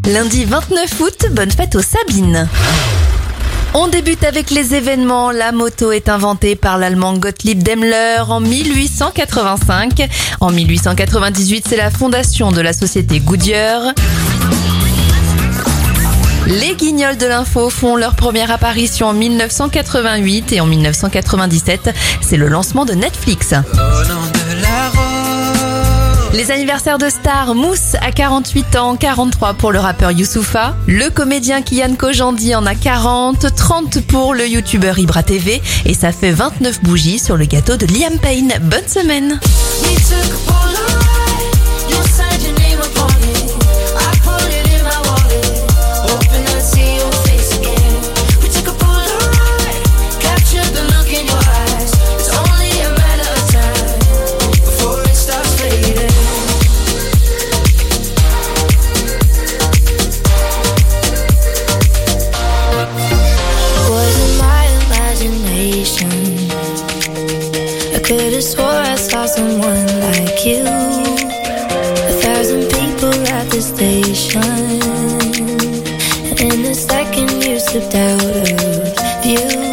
Lundi 29 août, bonne fête aux Sabines. On débute avec les événements. La moto est inventée par l'allemand Gottlieb Daimler en 1885. En 1898, c'est la fondation de la société Goodyear. Les Guignols de l'info font leur première apparition en 1988 et en 1997, c'est le lancement de Netflix. Les anniversaires de stars, Mousse a 48 ans, 43 pour le rappeur Youssoupha. Le comédien Kian Kojandi en a 40, 30 pour le youtubeur Ibra TV. Et ça fait 29 bougies sur le gâteau de Liam Payne. Bonne semaine. I could've swore I saw someone like you. 1,000 people at the station, and in a second you slipped out of view.